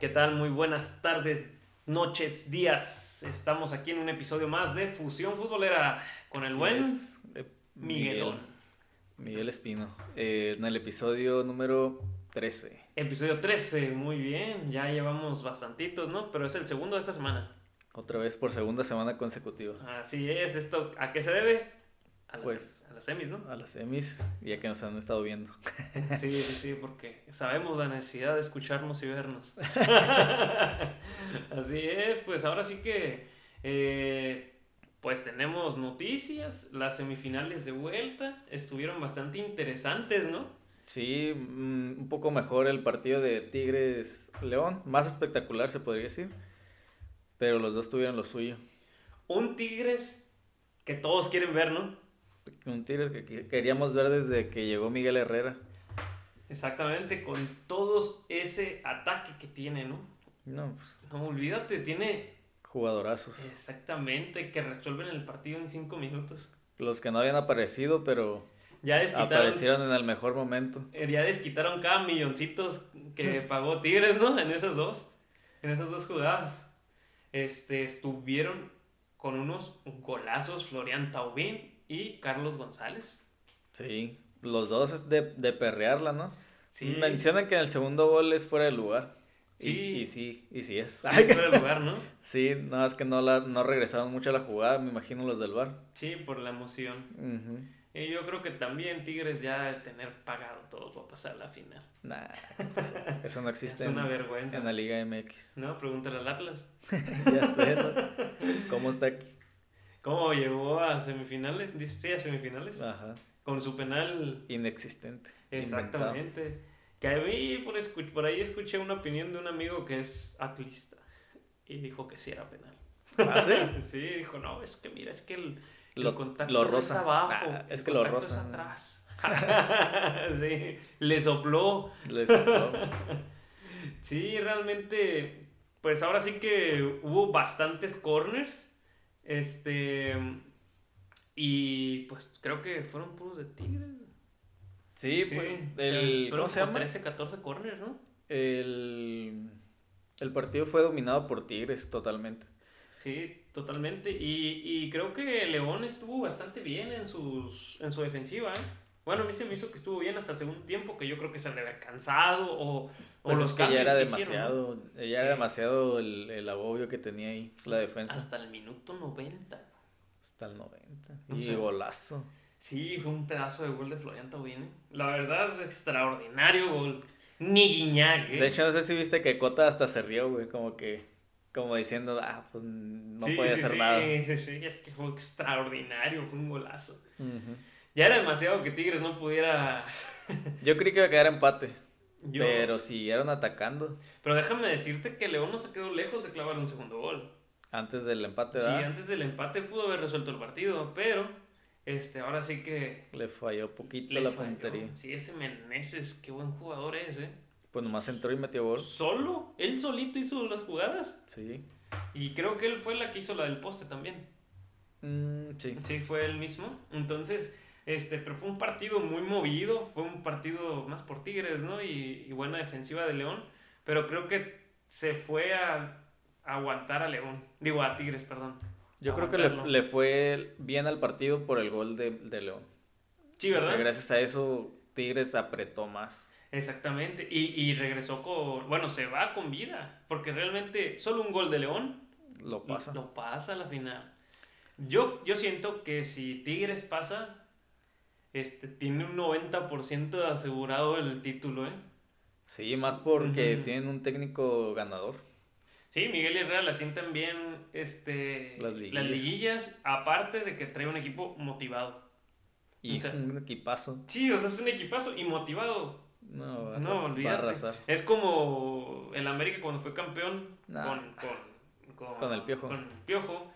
¿Qué tal? Muy buenas tardes, noches, días. Estamos aquí en un episodio más de Fusión Futbolera con el Así buen es, Miguelón. Miguel Espino, en el episodio número 13. Episodio 13, muy bien. Ya llevamos bastantitos, ¿no? Pero es el segundo de esta semana. Otra vez por segunda semana consecutiva. Así es. ¿Esto a qué se debe? Pues A las semis, ¿no? a las semis, ya que nos han estado viendo. Sí, sí, sí, porque sabemos la necesidad de escucharnos y vernos. Así es, pues ahora sí que pues tenemos noticias. Las semifinales de vuelta estuvieron bastante interesantes, ¿no? Sí, un poco mejor el partido de Tigres-León, más espectacular se podría decir, pero los dos tuvieron lo suyo. Un Tigres que todos quieren ver, ¿no? Un Tigres que queríamos ver desde que llegó Miguel Herrera. Exactamente, con todos ese ataque que tiene, ¿no? No, pues No, olvídate, tiene jugadorazos. exactamente que resuelven el partido en 5 minutos. Los que no habían aparecido, pero Ya desquitaron. aparecieron en el mejor momento. Ya desquitaron cada milloncitos que pagó Tigres, ¿no? En esas dos jugadas. Estuvieron con unos golazos Florian Thauvin y Carlos González. Sí, los dos es de perrearla, ¿no? Sí. Mencionan que en el segundo gol es fuera de lugar. Sí. Y sí es. Sí, es fuera de lugar, ¿no? Sí, no, es que no regresaron mucho a la jugada, me imagino los del VAR. Sí, por la emoción. Ujú. Y yo creo que también Tigres ya de tener pagado todo para pasar la final. Nah, eso no existe Es una vergüenza. en la Liga MX. No, pregúntale al Atlas. Ya sé, ¿no? ¿Cómo está aquí? ¿Cómo llegó a semifinales? Sí, a semifinales. Ajá, Con su penal. inexistente. Exactamente. Que a mí por ahí escuché una opinión de un amigo que es atlista y dijo que sí era penal. ¿Ah, sí? Sí, dijo, no, es que mira, es que el Lo contacto lo no es rosa. abajo, Ah, es el que lo contacto rosa. es atrás. Sí, le sopló. Le sopló. Sí, realmente, pues ahora sí que hubo bastantes corners. Este, y pues creo que fueron puros de Tigres. Sí, Sí, pues, o sea, ¿cómo fueron se como llama? 13, 14 corners, ¿no? El partido fue dominado por Tigres totalmente. Sí, totalmente. Y creo que León estuvo bastante bien en su defensiva, ¿eh? Bueno, a mí se me hizo que estuvo bien hasta el segundo tiempo, que yo creo que se le había cansado o Pues los es que ya cambios era que hicieron, demasiado, ¿no? ya Sí. era demasiado el agobio que tenía ahí la defensa. Hasta el minuto 90. Hasta el 90. O Y sea, golazo. sí, fue un pedazo de gol de Florian Thauvin, ¿eh? La verdad, extraordinario gol. Ni Guiñac, ¿eh? De hecho, no sé si viste que Cota hasta se rió, güey, como diciendo, pues no Sí, podía sí, hacer sí, nada. sí, es que fue extraordinario, fue un golazo. Ujú. Ya era demasiado que Tigres no pudiera. Yo creí que iba a quedar empate, Yo. pero siguieron atacando Pero déjame decirte que León no se quedó lejos de clavar un segundo gol. antes del empate, Sí, ¿verdad? antes del empate pudo haber resuelto el partido, pero ahora sí que Le falló poquito le la falló. puntería. Sí, ese Meneses, qué buen jugador es, ¿eh? Pues nomás entró y metió gol. Solo, él solito hizo las jugadas. Sí. Y creo que él fue la que hizo la del poste también. Sí. Sí, fue él mismo. Entonces, pero fue un partido muy movido, fue un partido más por Tigres, ¿no? Y buena defensiva de León, pero creo que se fue a aguantar a León, digo a Tigres, perdón. Yo creo que Aguantarlo. le fue bien al partido por el gol de León. Sí, O ¿verdad? sea, gracias a eso Tigres apretó más. Exactamente, y regresó bueno, se va con vida, porque realmente solo un gol de León Lo pasa. lo pasa a la final. Yo siento que si Tigres pasa, tiene un 90% asegurado el título, ¿eh? Sí, más porque Ujú. tienen un técnico ganador. Sí, Miguel y Herrera le sientan bien Las las liguillas. liguillas, aparte de que trae un equipo motivado. Y O sea, un equipazo. sí, o sea, es un equipazo y motivado. No, No, va a olvídate. arrasar. Es como el América cuando fue campeón Nah, con el Piojo. con el Piojo.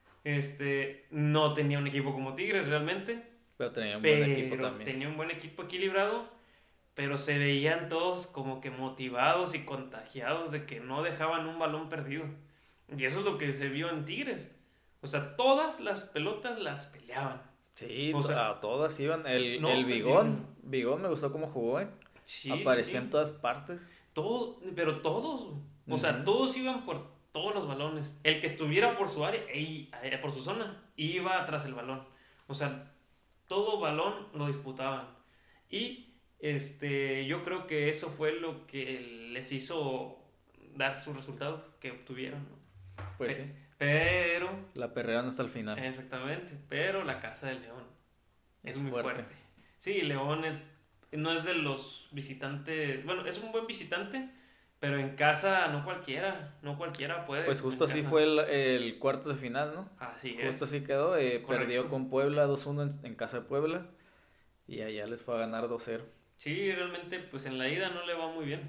No tenía un equipo como Tigres realmente, Pero tenía un buen equipo pero también. tenía un buen equipo equilibrado, pero se veían todos como que motivados y contagiados de que no dejaban un balón perdido. Y eso es lo que se vio en Tigres. O sea, todas las pelotas las peleaban. Sí, O sea, a todas iban. no El perdieron. Bigón me gustó cómo jugó, ¿eh? Sí, sí, Aparecía en sí. todas partes. Pero todos. O sea, todos iban por todos los balones. El que estuviera por su área, por su zona, iba tras el balón. O sea, todo balón lo disputaban. Y yo creo que eso fue lo que les hizo dar sus resultados que obtuvieron, ¿no? Pues sí. Pero... La perrearon hasta el final. Exactamente. Pero la Casa del León es muy fuerte. fuerte. Sí, León no es de los visitantes... Bueno, es un buen visitante, pero en casa no cualquiera puede. Pues justo así fue el cuarto de final, ¿no? Así Justo es. así quedó. Perdió con Puebla 2-1 en casa de Puebla. Y allá les fue a ganar 2-0. Sí, realmente, pues en la ida no le va muy bien.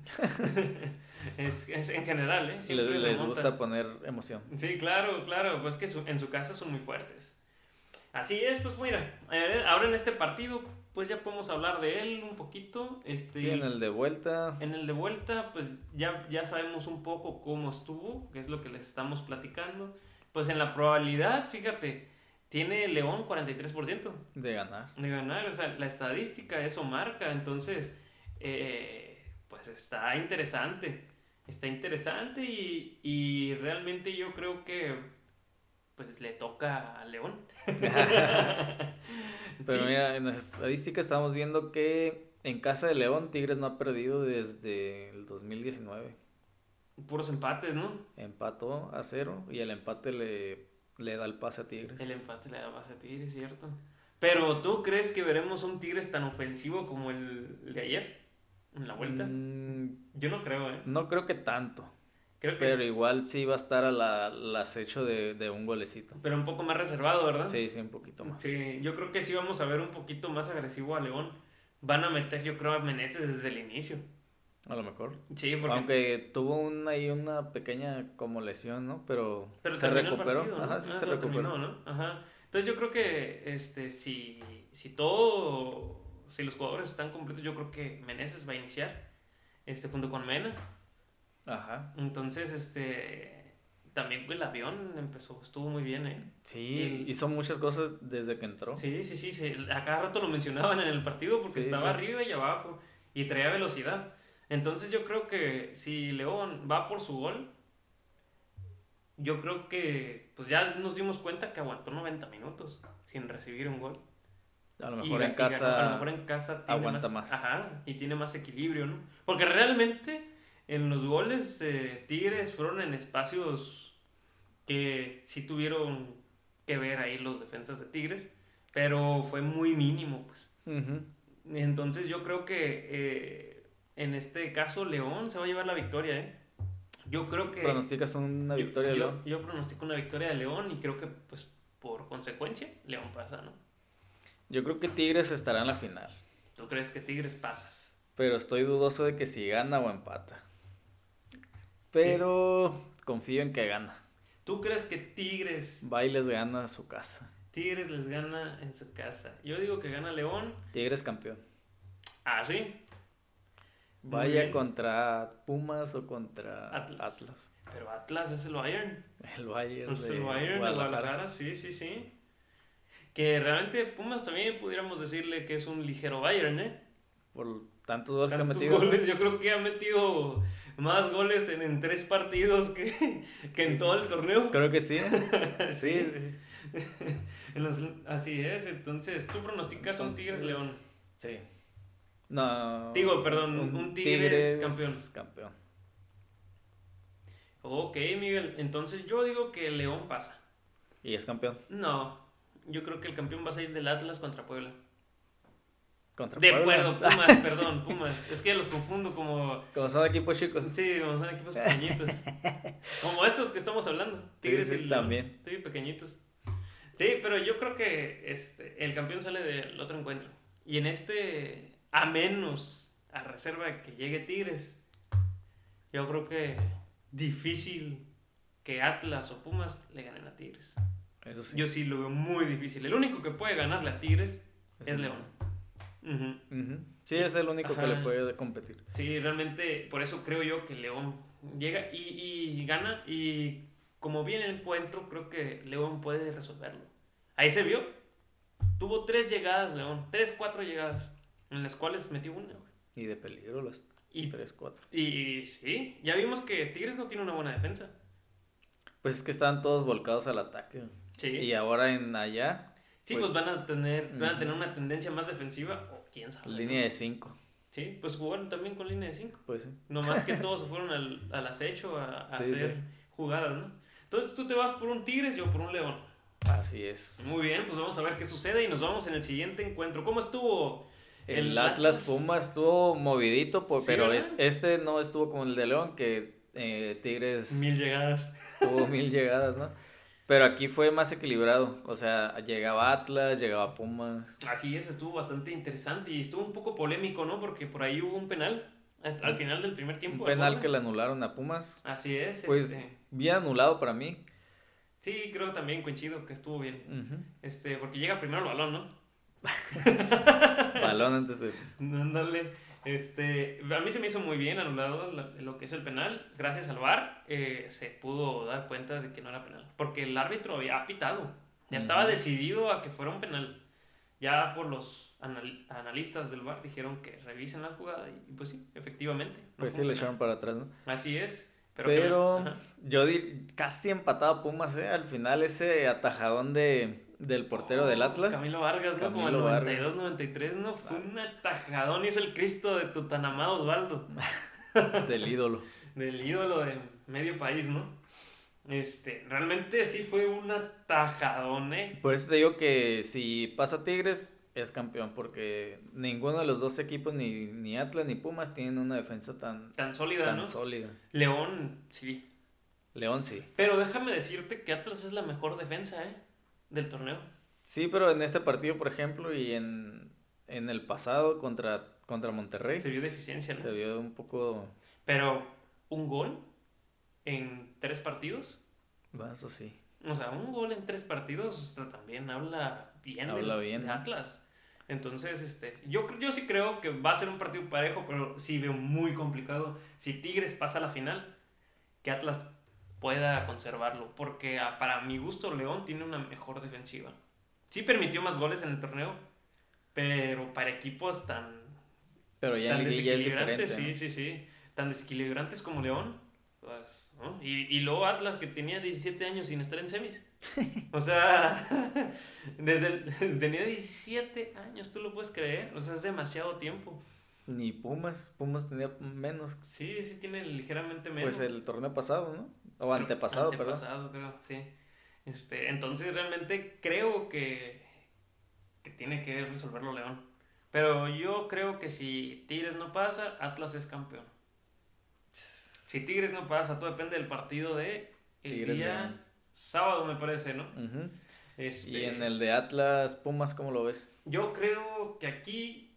es en general, ¿eh? Siempre Les gusta poner emoción. Sí, claro, pues que en su casa son muy fuertes. Así es, pues mira, ahora en este partido, pues ya podemos hablar de él un poquito. Sí, en el de vuelta. En el de vuelta, pues ya sabemos un poco cómo estuvo, que es lo que les estamos platicando. Pues en la probabilidad, fíjate, tiene León 43% de ganar. De ganar, o sea, la estadística eso marca, entonces, pues está interesante. Está interesante y realmente yo creo que pues le toca a León. Pero Sí. mira, en las estadísticas estamos viendo que en casa de León Tigres no ha perdido desde el 2019. Puros empates, ¿no? Empató a 0 y el empate le da el pase a Tigres. El empate le da pase a Tigres, ¿cierto? Pero ¿tú crees que veremos un Tigres tan ofensivo como el de ayer? ¿En la vuelta? Yo no creo, ¿eh? No creo que tanto. Creo que pero igual sí va a estar al acecho de un golecito. Pero un poco más reservado, ¿verdad? Sí, un poquito más. Sí, yo creo que sí vamos a ver un poquito más agresivo a León. Van a meter, yo creo, a Meneses desde el inicio. A lo mejor. Sí, porque... Aunque tuvo ahí una pequeña como lesión, ¿no? Pero se recuperó. Partido, ¿no? Ajá, sí se recuperó. Terminó, ¿no? Ajá. Entonces yo creo que si los jugadores están completos, yo creo que Meneses va a iniciar junto con Mena. Ajá. Entonces, también el avión estuvo muy bien, ¿eh? Sí, hizo muchas cosas desde que entró. Sí. A cada rato lo mencionaban en el partido porque estaba arriba y abajo y traía velocidad. Entonces yo creo que si León va por su gol, yo creo que pues ya nos dimos cuenta que aguantó 90 minutos sin recibir un gol. A lo mejor en casa tiene aguanta más. Ajá, y tiene más equilibrio, ¿no? Porque realmente en los goles Tigres fueron en espacios que sí tuvieron que ver ahí los defensas de Tigres, pero fue muy mínimo, pues. Uh-huh. Entonces yo creo que en este caso León se va a llevar la victoria, ¿eh? Yo creo que... ¿Pronosticas una victoria de León? Yo pronostico una victoria de León y creo que, pues, por consecuencia, León pasa, ¿no? Yo creo que Tigres estará en la final. ¿Tú crees que Tigres pasa? Pero estoy dudoso de que si gana o empata. Pero confío en que gana. ¿Tú crees que Tigres... Va y les gana a su casa. Tigres les gana en su casa. Yo digo que gana León. Tigres campeón. Ah, ¿sí? Vaya contra Pumas o contra Atlas. Pero Atlas es el Bayern. El Bayern es el Bayern de Guadalajara, sí. Que realmente Pumas también pudiéramos decirle que es un ligero Bayern, ¿eh? Por tantos goles que ha metido. Goles, yo creo que ha metido más goles en 3 partidos que en todo el torneo. Creo que sí. sí. Así es, entonces, ¿tú pronosticas un Tigres-León? Sí. No. Digo, perdón, un Tigres campeón. Ok, Miguel, entonces yo digo que León pasa. ¿Y es campeón? No, yo creo que el campeón va a salir del Atlas contra Puebla. De acuerdo, Pumas. Es que los confundo como son equipos chicos. Sí, como son equipos pequeñitos. Como estos que estamos hablando. Tigres y también. Sí, pequeñitos. Sí, pero yo creo que el campeón sale del otro encuentro. Y en a menos, a reserva de que llegue Tigres, yo creo que difícil que Atlas o Pumas le ganen a Tigres. Eso sí. Yo sí lo veo muy difícil. El único que puede ganarle a Tigres es León. Sí, es el único que le puede competir. Sí, realmente, por eso creo yo que León llega y gana. Y como viene el encuentro, creo que León puede resolverlo. Ahí se vio. Tuvo 3 llegadas, León. 4 llegadas. En las cuales metió una. Y de peligro las Y, 3-4. y sí, ya vimos que Tigres no tiene una buena defensa. Pues es que estaban todos volcados al ataque. Sí. Y ahora en allá, Sí, pues van a tener una tendencia más defensiva, o quién sabe. línea de 5. Sí, pues jugaron también con línea de 5. Pues sí. No más que todos se fueron al acecho a Sí, hacer jugadas, ¿no? Entonces tú te vas por un Tigres, yo por un León. Así es. Muy bien, pues vamos a ver qué sucede y nos vamos en el siguiente encuentro. ¿Cómo estuvo? El Atlas Pumas estuvo movidito, Sí, pero ¿verdad? este no estuvo como el de León, que Tigres 1000 llegadas. tuvo 1000 llegadas, ¿no? Pero aquí fue más equilibrado, o sea, llegaba Atlas, llegaba Pumas. Así es, estuvo bastante interesante y estuvo un poco polémico, ¿no? Porque por ahí hubo un penal al final del primer tiempo. Un penal que le anularon a Pumas. Así es. Pues bien anulado para mí. Sí, creo también coincido que estuvo bien. Uh-huh. Porque llega primero el balón, ¿no? Balón antes de... Ándale. A mí se me hizo muy bien anulado lo que es el penal. Gracias al VAR se pudo dar cuenta de que no era penal. Porque el árbitro había pitado. Ya estaba decidido a que fuera un penal. Ya por los analistas del VAR dijeron que revisen la jugada y pues sí, efectivamente. Pues sí, le echaron para atrás, ¿no? Así es. Pero yo casi empatado Pumas, ¿eh? Al final ese atajadón del portero del Atlas. Camilo Vargas, ¿no? Como el 92-93, ¿no? Fue un atajadón y es el Cristo de tu tan amado Osvaldo. Del ídolo. Del ídolo de medio país, ¿no? Realmente sí fue un atajadón, ¿eh? Por eso te digo que si pasa Tigres es campeón, porque ninguno de los dos equipos, ni Atlas ni Pumas, tienen una defensa tan sólida, ¿no? Sólida. León, sí. León sí. Pero déjame decirte que Atlas es la mejor defensa, del torneo. Sí, pero en este partido, por ejemplo, y en el pasado contra Monterrey. Se vio deficiencia, ¿no? Se vio un poco... Pero, ¿un gol en 3 partidos? Bueno, eso sí. O sea, un gol en 3 partidos también habla bien de Atlas. Entonces, yo sí creo que va a ser un partido parejo, pero sí veo muy complicado. Si Tigres pasa a la final, que Atlas pueda conservarlo. Porque para mi gusto, León tiene una mejor defensiva. Sí permitió más goles en el torneo, pero para equipos tan desequilibrantes, sí. Tan desequilibrantes como León, pues, ¿no? Y luego Atlas, que tenía 17 años sin estar en semis. O sea, tenía 17 años, ¿tú lo puedes creer? O sea, es demasiado tiempo. Ni Pumas tenía menos. Sí, tiene ligeramente menos. Pues el torneo pasado, ¿no? O antepasado, perdón. Antepasado, creo, sí. Entonces realmente creo que tiene que resolverlo León. Pero yo creo que si Tigres no pasa, Atlas es campeón. Si Tigres no pasa, todo depende del partido de el día León. Sábado, me parece, ¿no? Uh-huh. Y en el de Atlas Pumas, ¿cómo lo ves? Yo creo que aquí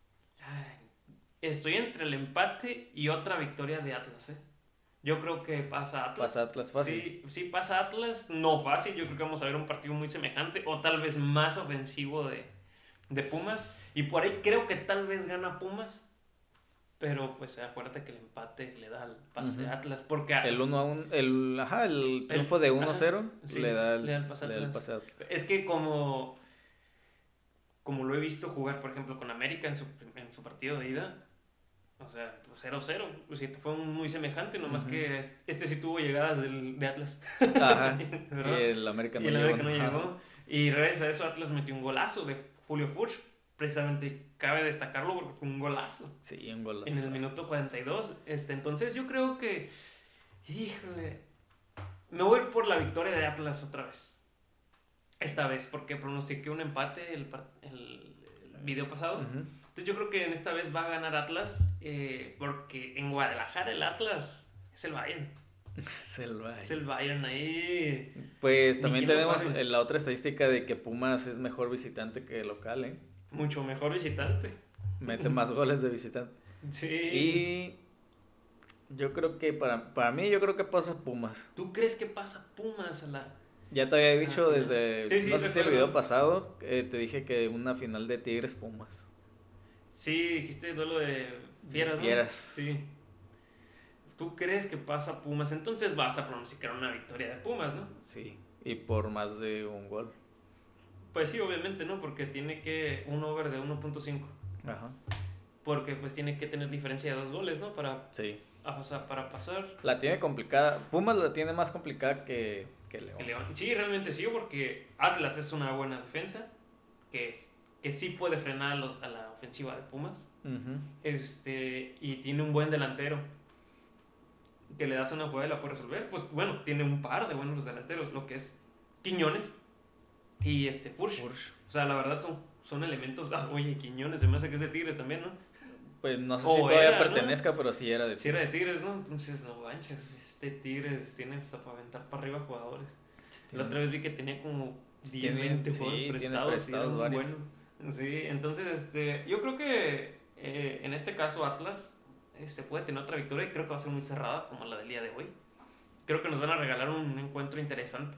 estoy entre el empate y otra victoria de Atlas, ¿eh? Yo creo que pasa Atlas. Pasa Atlas fácil. Sí, pasa Atlas, no fácil. Yo creo que vamos a ver un partido muy semejante o tal vez más ofensivo de Pumas. Y por ahí creo que tal vez gana Pumas. Pero pues acuérdate que el empate le da el pase a Atlas. Porque el 1-1, el triunfo de 1-0 sí, le da el pase a Atlas. Es que como lo he visto jugar, por ejemplo, con América en su partido de ida. O sea, 0-0, pues fue muy semejante, nomás que sí tuvo llegadas de Atlas. Ajá. Y el América no llegó. Y gracias a eso Atlas metió un golazo de Julio Furch. Precisamente cabe destacarlo porque fue un golazo. Sí, un golazo. En el minuto 42. Entonces yo creo que, híjole, me voy por la victoria de Atlas otra vez. Esta vez, porque pronostiqué un empate el video pasado. Entonces yo creo que en esta vez va a ganar Atlas, porque en Guadalajara el Atlas es el Bayern. Es el Bayern ahí. Pues también tenemos la otra estadística de que Pumas es mejor visitante que local, ¿eh? Mucho mejor visitante. Mete más goles de visitante. Sí. Y yo creo que para mí, yo creo que pasa Pumas. ¿Tú crees que pasa Pumas a la...? Ya te había dicho desde, no sé si el video pasado, te dije que una final de Tigres Pumas. Sí, dijiste duelo de fieras, ¿no? Fieras. Sí. ¿Tú crees que pasa Pumas? Entonces vas a pronosticar una victoria de Pumas, ¿no? Sí, y por más de un gol. Pues sí, obviamente, ¿no? Porque tiene que un over de 1.5. Ajá. porque pues tiene que tener diferencia de 2 goles, ¿no? Sí. O sea, para pasar. La tiene complicada. Pumas la tiene más complicada que León. Que León. Sí, realmente sí, porque Atlas es una buena defensa, que sí puede frenar a la ofensiva de Pumas. Uh-huh. Y tiene un buen delantero que le das una jugada y la puede resolver. Pues bueno, tiene un par de buenos delanteros, lo que es Quiñones y Furch. O sea, la verdad son elementos. Oye, Quiñones, se me hace que es de Tigres también, ¿no? Pues no sé si todavía pertenezca, ¿no? Pero sí era de Tigres. Sí era de Tigres, ¿no? Entonces, no manches, Tigres tiene hasta para aventar para arriba jugadores. Sí, la otra vez vi que tenía como 10, 20 jugadores prestados varios. Bueno. Sí, entonces, yo creo que en este caso Atlas puede tener otra victoria y creo que va a ser muy cerrada como la del día de hoy. Creo que nos van a regalar un encuentro interesante,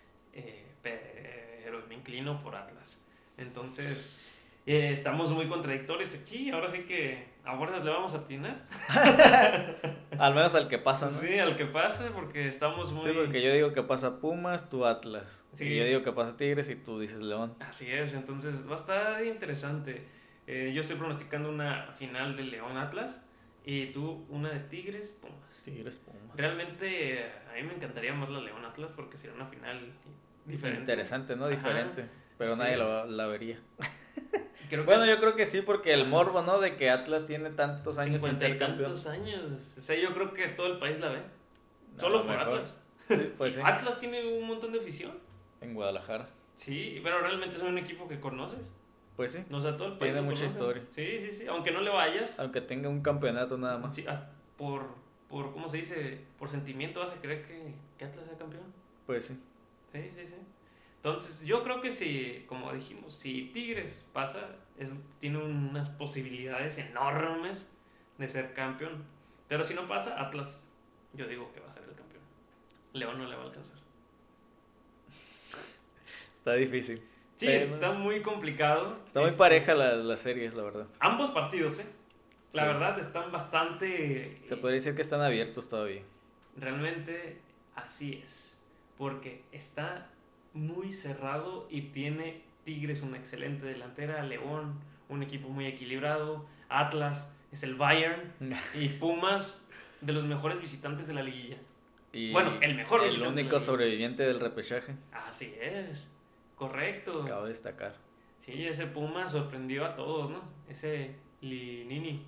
pero me inclino por Atlas. Entonces, estamos muy contradictorios aquí. Ahora sí que a fuerzas le vamos a atinar. Al menos al que pasa, ¿no? Sí, al que pase, porque estamos muy... Sí, porque yo digo que pasa Pumas, tú Atlas. Sí. Y yo digo que pasa Tigres y tú dices León. Así es, entonces va a estar interesante. Yo estoy pronosticando una final de León-Atlas y tú una de Tigres-Pumas. Tigres-Pumas. Realmente a mí me encantaría más la León-Atlas porque sería una final diferente. Interesante, ¿no? Diferente. Ajá. Pero así nadie la vería. Bueno, yo creo que sí, porque el morbo, ¿no? De que Atlas tiene tantos años sin ser campeón. Tantos años. O sea, yo creo que todo el país la ve. No, solo por mejor. Atlas. Sí, pues sí. Atlas tiene un montón de afición. En Guadalajara. Sí, pero realmente es un equipo que conoces. Pues sí. O sea, todo el país tiene mucha historia. Sí. Aunque no le vayas. Aunque tenga un campeonato nada más. Sí, por ¿cómo se dice? Por sentimiento vas a creer que Atlas sea campeón. Pues sí. Sí. Entonces, yo creo que si, como dijimos, si Tigres pasa, tiene unas posibilidades enormes de ser campeón. Pero si no pasa, Atlas, yo digo que va a ser el campeón. León no le va a alcanzar. Está difícil. Sí, está muy complicado. Está muy pareja la serie, la verdad. Ambos partidos, La verdad, están bastante... Se podría decir que están abiertos todavía. Realmente, así es. Porque está muy cerrado y tiene Tigres una excelente delantera, León un equipo muy equilibrado, Atlas es el Bayern y Pumas de los mejores visitantes de la liguilla. Y el mejor visitante. El único sobreviviente del repechaje. Así es, correcto. Acabo de destacar. Sí, ese Pumas sorprendió a todos, ¿no? Ese Lilini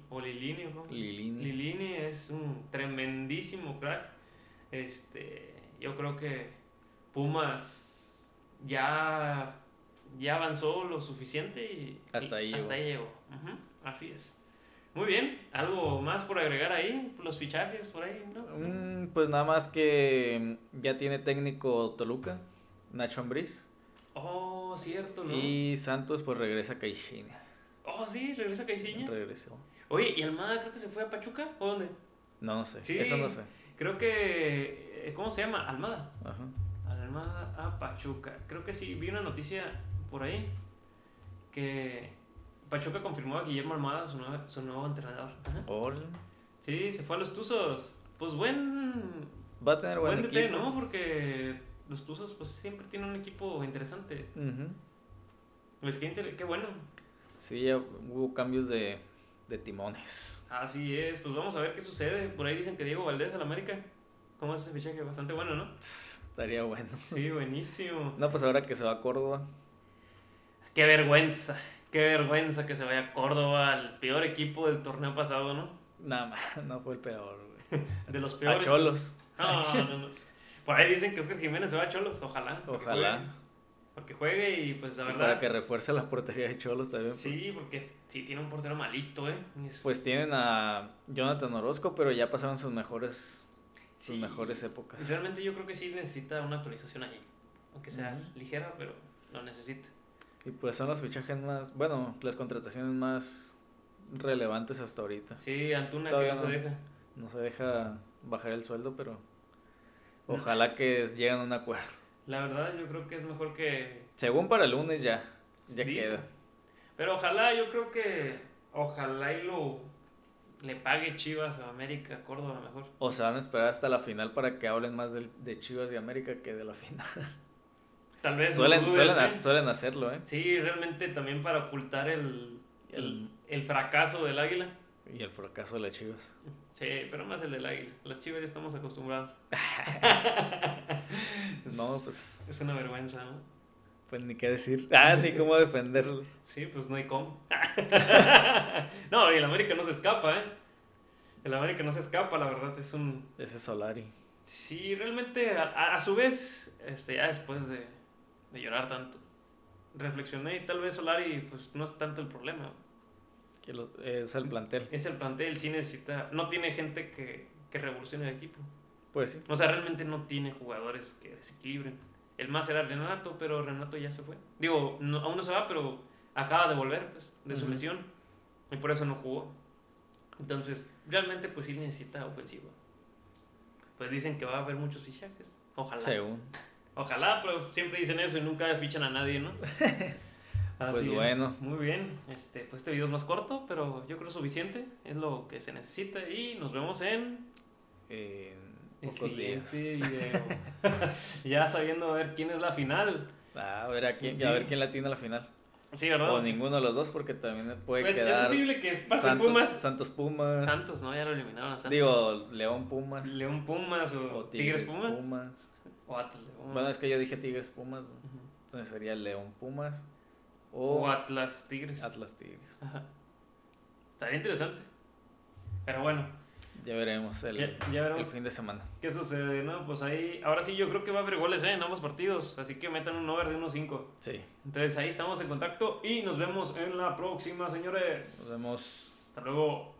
es un tremendísimo crack. Yo creo que Pumas ya avanzó lo suficiente y hasta ahí llegó. Uh-huh, así es. Muy bien, ¿algo más por agregar ahí? Los fichajes por ahí, ¿no? Pues nada más que ya tiene técnico Toluca, Nacho Ambriz. Oh, cierto, ¿no? Y Santos pues regresa a Caixinha. Oh, sí, regresa a Caixinha. Regresó. Oye, ¿y Almada creo que se fue a Pachuca? ¿O dónde? No sé, sí, eso no sé. Creo que, ¿cómo se llama? Almada. Ajá. Almada a Pachuca. Creo que sí, vi una noticia por ahí que Pachuca confirmó a Guillermo Almada, su nuevo entrenador. Hola. Sí, se fue a los Tuzos. Pues va a tener buen DT, ¿no? Porque los Tuzos pues siempre tienen un equipo interesante. Uh-huh. Pues qué bueno. Sí, ya hubo cambios de timones. Así es, pues vamos a ver qué sucede. Por ahí dicen que Diego Valdés al América. ¿Cómo es ese fichaje? Bastante bueno, ¿no? Estaría bueno. Sí, buenísimo. No, pues ahora que se va a Córdoba. Qué vergüenza que se vaya a Córdoba, el peor equipo del torneo pasado, ¿no? Nada más, no fue el peor, güey. De los peores. A Cholos. Pues, no. Por ahí dicen que Oscar Jiménez se va a Cholos, ojalá. Ojalá. Porque juegue y pues la verdad. Para que refuerce la portería de Cholos también. Sí, porque sí tiene un portero malito, Pues tienen a Jonathan Orozco, pero ya pasaron sus mejores épocas. Realmente yo creo que sí necesita una actualización allí. Aunque sea ligera, pero lo necesita. Y pues son los fichajes más, las contrataciones más relevantes hasta ahorita. Sí, Antuna todavía que no se deja. No se deja bajar el sueldo, pero ojalá que lleguen a un acuerdo. La verdad yo creo que es mejor que... Según para el lunes ya queda. Pero ojalá y le pague Chivas a América, Córdoba mejor. O se van a esperar hasta la final para que hablen más de Chivas y América que de la final. Tal vez suelen hacerlo, Sí, realmente también para ocultar el el fracaso del Águila. Y el fracaso de las Chivas. Sí, pero más el del Águila. Las Chivas ya estamos acostumbrados. No, pues... Es una vergüenza, ¿no? Pues ni qué decir. Ni cómo defenderlos. Sí, pues no hay cómo. No, y el América no se escapa, ¿eh? El América no se escapa, la verdad es un... Ese Solari. Sí, realmente, a su vez, ya después de llorar tanto, reflexioné y tal vez Solari, pues no es tanto el problema. Es el plantel. Es el plantel, sí necesita... No tiene gente que revolucione el equipo. Pues sí. O sea, realmente no tiene jugadores que desequilibren. El más era Renato, pero Renato ya se fue. Digo, aún no se va, pero acaba de volver, pues, de su lesión. Y por eso no jugó. Entonces, realmente, pues sí necesita ofensiva. Pues dicen que va a haber muchos fichajes. Ojalá. Según. Ojalá, pero siempre dicen eso y nunca fichan a nadie, ¿no? Pues bueno. Muy bien. Pues este video es más corto, pero yo creo suficiente. Es lo que se necesita. Y nos vemos en pocos días. Video. Ya sabiendo a ver quién es la final. A ver quién la tiene a la final. Sí, ¿verdad? O ninguno de los dos, porque también puede pues quedar. Es posible que pase Pumas. Santos Pumas. Santos, ¿no? Ya lo eliminaron a Santos. Digo, León Pumas. León Pumas o Tigres Pumas. O Atlas Pumas. Bueno, es que yo dije Tigres Pumas. Entonces sería León Pumas. O Atlas Tigres. Atlas Tigres. Ajá. Estaría interesante. Pero bueno. Ya veremos el fin de semana. ¿Qué sucede? No, pues ahí, ahora sí yo creo que va a haber goles en ambos partidos, así que metan un over de 1-5. Sí. Entonces ahí estamos en contacto y nos vemos en la próxima, señores. Nos vemos. Hasta luego.